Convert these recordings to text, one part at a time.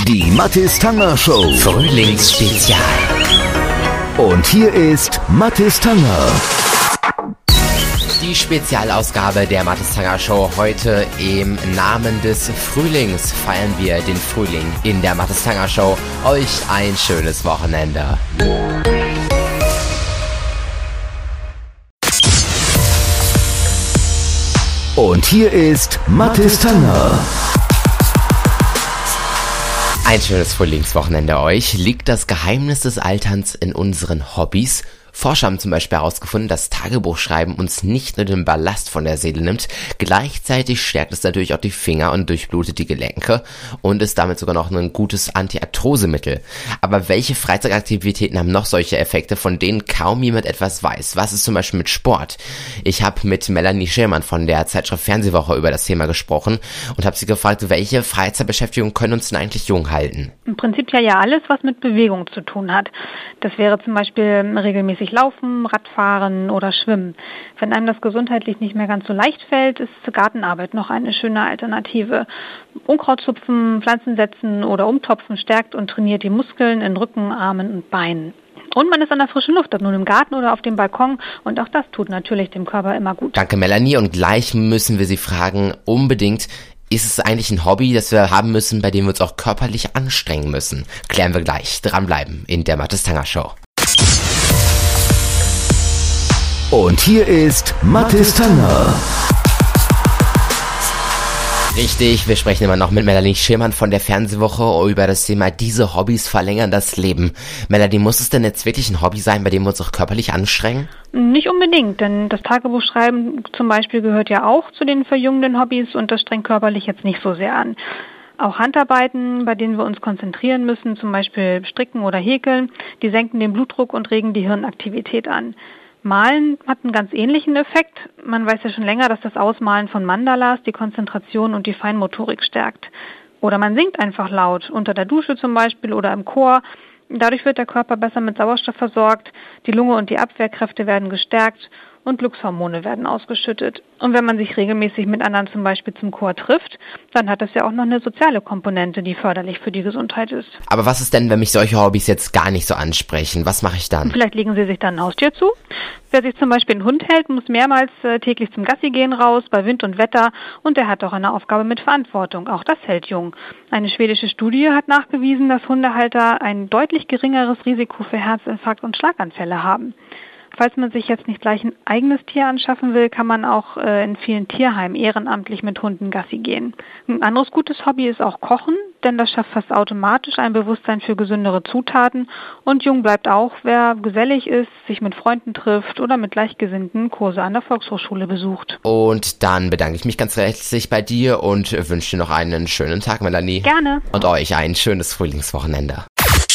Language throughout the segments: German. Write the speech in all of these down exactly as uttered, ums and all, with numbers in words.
Die Mathis Tanger Show. Frühlingsspezial. Und hier ist Mathis Tanger. Die Spezialausgabe der Mathis Tanger Show. Heute im Namen des Frühlings feiern wir den Frühling in der Mathis Tanger Show. Euch ein schönes Wochenende. Und hier ist Mathis Tanger. Ein schönes Frühlingswochenende euch. Liegt das Geheimnis des Alterns in unseren Hobbys? Forscher haben zum Beispiel herausgefunden, dass Tagebuchschreiben uns nicht nur den Ballast von der Seele nimmt, gleichzeitig stärkt es natürlich auch die Finger und durchblutet die Gelenke und ist damit sogar noch ein gutes Antiarthrosemittel. Aber welche Freizeitaktivitäten haben noch solche Effekte, von denen kaum jemand etwas weiß? Was ist zum Beispiel mit Sport? Ich habe mit Melanie Schirmann von der Zeitschrift Fernsehwoche über das Thema gesprochen und habe sie gefragt, welche Freizeitbeschäftigungen können uns denn eigentlich jung halten? Im Prinzip ja ja alles, was mit Bewegung zu tun hat. Das wäre zum Beispiel regelmäßig Laufen, Radfahren oder Schwimmen. Wenn einem das gesundheitlich nicht mehr ganz so leicht fällt, ist Gartenarbeit noch eine schöne Alternative. Unkraut zupfen, Pflanzen setzen oder umtopfen stärkt und trainiert die Muskeln in Rücken, Armen und Beinen. Und man ist an der frischen Luft, ob nun im Garten oder auf dem Balkon. Und auch das tut natürlich dem Körper immer gut. Danke, Melanie. Und gleich müssen wir Sie fragen, unbedingt, ist es eigentlich ein Hobby, das wir haben müssen, bei dem wir uns auch körperlich anstrengen müssen? Klären wir gleich. Dranbleiben in der Mathis Tanger Show. Und hier ist Mathis Tanger. Richtig, wir sprechen immer noch mit Melanie Schirmann von der Fernsehwoche über das Thema diese Hobbys verlängern das Leben. Melanie, muss es denn jetzt wirklich ein Hobby sein, bei dem wir uns auch körperlich anstrengen? Nicht unbedingt, denn das Tagebuchschreiben zum Beispiel gehört ja auch zu den verjüngenden Hobbys und das strengt körperlich jetzt nicht so sehr an. Auch Handarbeiten, bei denen wir uns konzentrieren müssen, zum Beispiel Stricken oder Häkeln, die senken den Blutdruck und regen die Hirnaktivität an. Malen hat einen ganz ähnlichen Effekt. Man weiß ja schon länger, dass das Ausmalen von Mandalas die Konzentration und die Feinmotorik stärkt. Oder man singt einfach laut, unter der Dusche zum Beispiel oder im Chor. Dadurch wird der Körper besser mit Sauerstoff versorgt, die Lunge und die Abwehrkräfte werden gestärkt und Glückshormone werden ausgeschüttet. Und wenn man sich regelmäßig mit anderen zum Beispiel zum Chor trifft, dann hat das ja auch noch eine soziale Komponente, die förderlich für die Gesundheit ist. Aber was ist denn, wenn mich solche Hobbys jetzt gar nicht so ansprechen? Was mache ich dann? Vielleicht legen Sie sich dann ein Haustier zu. Wer sich zum Beispiel einen Hund hält, muss mehrmals äh, täglich zum Gassi gehen raus, bei Wind und Wetter. Und er hat auch eine Aufgabe mit Verantwortung. Auch das hält jung. Eine schwedische Studie hat nachgewiesen, dass Hundehalter ein deutlich geringeres Risiko für Herzinfarkt und Schlaganfälle haben. Falls man sich jetzt nicht gleich ein eigenes Tier anschaffen will, kann man auch äh, in vielen Tierheimen ehrenamtlich mit Hunden Gassi gehen. Ein anderes gutes Hobby ist auch Kochen, denn das schafft fast automatisch ein Bewusstsein für gesündere Zutaten. Und jung bleibt auch, wer gesellig ist, sich mit Freunden trifft oder mit Gleichgesinnten Kurse an der Volkshochschule besucht. Und dann bedanke ich mich ganz herzlich bei dir und wünsche dir noch einen schönen Tag, Melanie. Gerne. Und euch ein schönes Frühlingswochenende.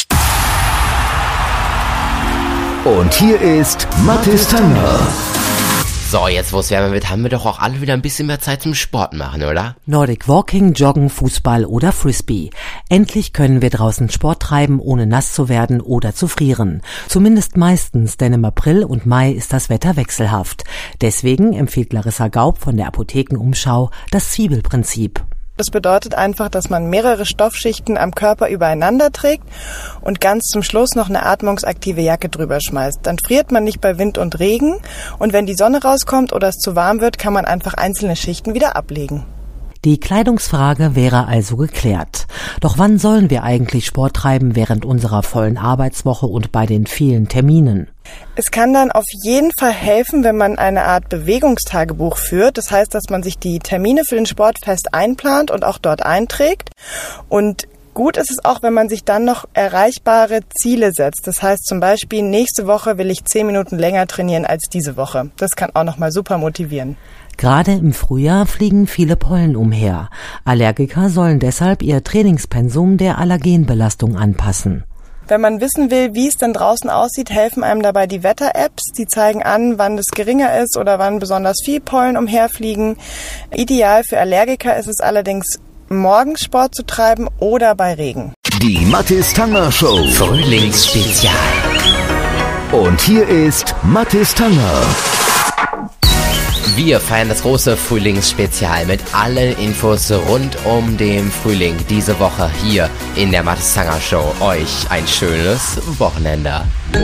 Und hier ist Mathis Tanger. So, jetzt wo es wärmer wird, haben wir doch auch alle wieder ein bisschen mehr Zeit zum Sport machen, oder? Nordic Walking, Joggen, Fußball oder Frisbee. Endlich können wir draußen Sport treiben, ohne nass zu werden oder zu frieren. Zumindest meistens, denn im April und Mai ist das Wetter wechselhaft. Deswegen empfiehlt Larissa Gaub von der Apothekenumschau das Zwiebelprinzip. Das bedeutet einfach, dass man mehrere Stoffschichten am Körper übereinander trägt und ganz zum Schluss noch eine atmungsaktive Jacke drüber schmeißt. Dann friert man nicht bei Wind und Regen und wenn die Sonne rauskommt oder es zu warm wird, kann man einfach einzelne Schichten wieder ablegen. Die Kleidungsfrage wäre also geklärt. Doch wann sollen wir eigentlich Sport treiben während unserer vollen Arbeitswoche und bei den vielen Terminen? Es kann dann auf jeden Fall helfen, wenn man eine Art Bewegungstagebuch führt. Das heißt, dass man sich die Termine für den Sport fest einplant und auch dort einträgt. Und gut ist es auch, wenn man sich dann noch erreichbare Ziele setzt. Das heißt zum Beispiel, nächste Woche will ich zehn Minuten länger trainieren als diese Woche. Das kann auch nochmal super motivieren. Gerade im Frühjahr fliegen viele Pollen umher. Allergiker sollen deshalb ihr Trainingspensum der Allergenbelastung anpassen. Wenn man wissen will, wie es denn draußen aussieht, helfen einem dabei die Wetter-Apps. Die zeigen an, wann es geringer ist oder wann besonders viel Pollen umherfliegen. Ideal für Allergiker ist es allerdings, morgens Sport zu treiben oder bei Regen. Die Mathis Tanger Show. Frühlingsspezial. Und hier ist Mathis Tanger. Wir feiern das große Frühlingsspezial mit allen Infos rund um den Frühling diese Woche hier in der Mathis Tanger Show. Euch ein schönes Wochenende.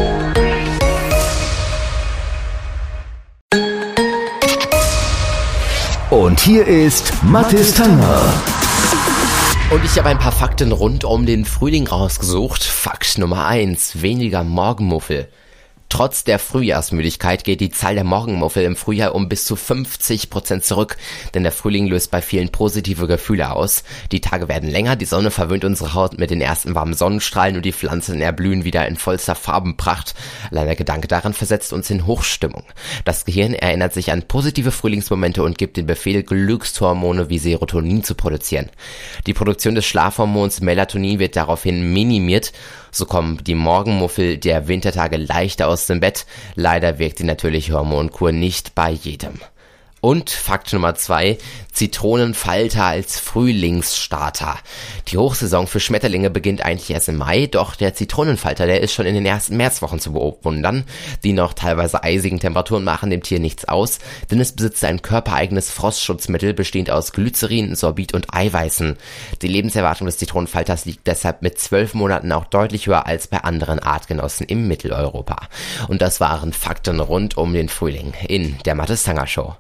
Und hier ist Mathis Tanger. Und ich habe ein paar Fakten rund um den Frühling rausgesucht. Fakt Nummer eins, weniger Morgenmuffel. Trotz der Frühjahrsmüdigkeit geht die Zahl der Morgenmuffel im Frühjahr um bis zu fünfzig Prozent zurück, denn der Frühling löst bei vielen positive Gefühle aus. Die Tage werden länger, die Sonne verwöhnt unsere Haut mit den ersten warmen Sonnenstrahlen und die Pflanzen erblühen wieder in vollster Farbenpracht. Allein der Gedanke daran versetzt uns in Hochstimmung. Das Gehirn erinnert sich an positive Frühlingsmomente und gibt den Befehl, Glückshormone wie Serotonin zu produzieren. Die Produktion des Schlafhormons Melatonin wird daraufhin minimiert. So kommen die Morgenmuffel der Wintertage leichter aus dem Bett. Leider wirkt die natürliche Hormonkur nicht bei jedem. Und Fakt Nummer zwei, Zitronenfalter als Frühlingsstarter. Die Hochsaison für Schmetterlinge beginnt eigentlich erst im Mai, doch der Zitronenfalter, der ist schon in den ersten Märzwochen zu bewundern. Die noch teilweise eisigen Temperaturen machen dem Tier nichts aus, denn es besitzt ein körpereigenes Frostschutzmittel, bestehend aus Glycerin, Sorbit und Eiweißen. Die Lebenserwartung des Zitronenfalters liegt deshalb mit zwölf Monaten auch deutlich höher als bei anderen Artgenossen im Mitteleuropa. Und das waren Fakten rund um den Frühling in der Mathis Tanger Show.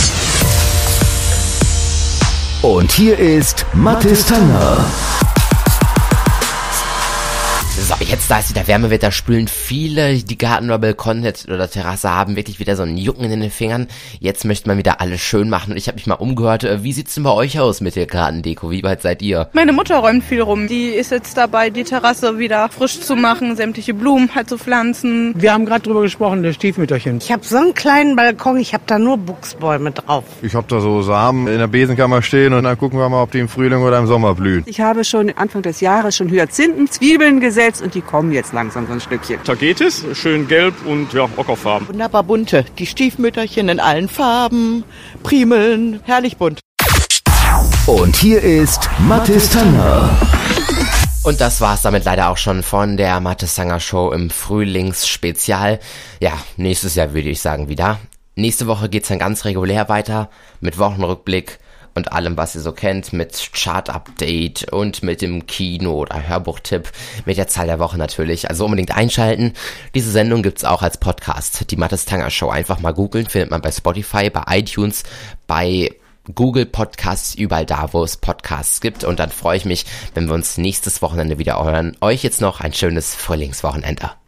Und hier ist Mathis Tanger. So, jetzt, da es wieder wärmer wird, da spülen viele, die Garten oder Balkon oder Terrasse haben, wirklich wieder so ein Jucken in den Fingern. Jetzt möchte man wieder alles schön machen und ich habe mich mal umgehört. Wie sieht's denn bei euch aus mit der Gartendeko? Wie weit seid ihr? Meine Mutter räumt viel rum. Die ist jetzt dabei, die Terrasse wieder frisch zu machen, sämtliche Blumen halt zu pflanzen. Wir haben gerade drüber gesprochen, das Stiefmütterchen. Ich habe so einen kleinen Balkon, ich habe da nur Buchsbäume drauf. Ich habe da so Samen in der Besenkammer stehen und dann gucken wir mal, ob die im Frühling oder im Sommer blühen. Ich habe schon Anfang des Jahres schon Hyazinthen, Zwiebeln gesetzt und die kommen jetzt langsam so ein Stückchen. Tagetes, schön gelb und ja, Ockerfarben. Wunderbar bunte, die Stiefmütterchen in allen Farben, Primeln, herrlich bunt. Und hier ist Mathis Tanger. Und das war's damit leider auch schon von der Mathis Tanger Show im Frühlingsspezial. Ja, nächstes Jahr würde ich sagen wieder. Nächste Woche geht's dann ganz regulär weiter mit Wochenrückblick und allem, was ihr so kennt, mit Chart-Update und mit dem Kino- oder Hörbuchtipp, mit der Zahl der Woche natürlich. Also unbedingt einschalten. Diese Sendung gibt's auch als Podcast. Die Mathis Tanger Show. Einfach mal googeln, findet man bei Spotify, bei iTunes, bei Google Podcasts, überall da, wo es Podcasts gibt. Und dann freue ich mich, wenn wir uns nächstes Wochenende wieder hören. Euch jetzt noch ein schönes Frühlingswochenende.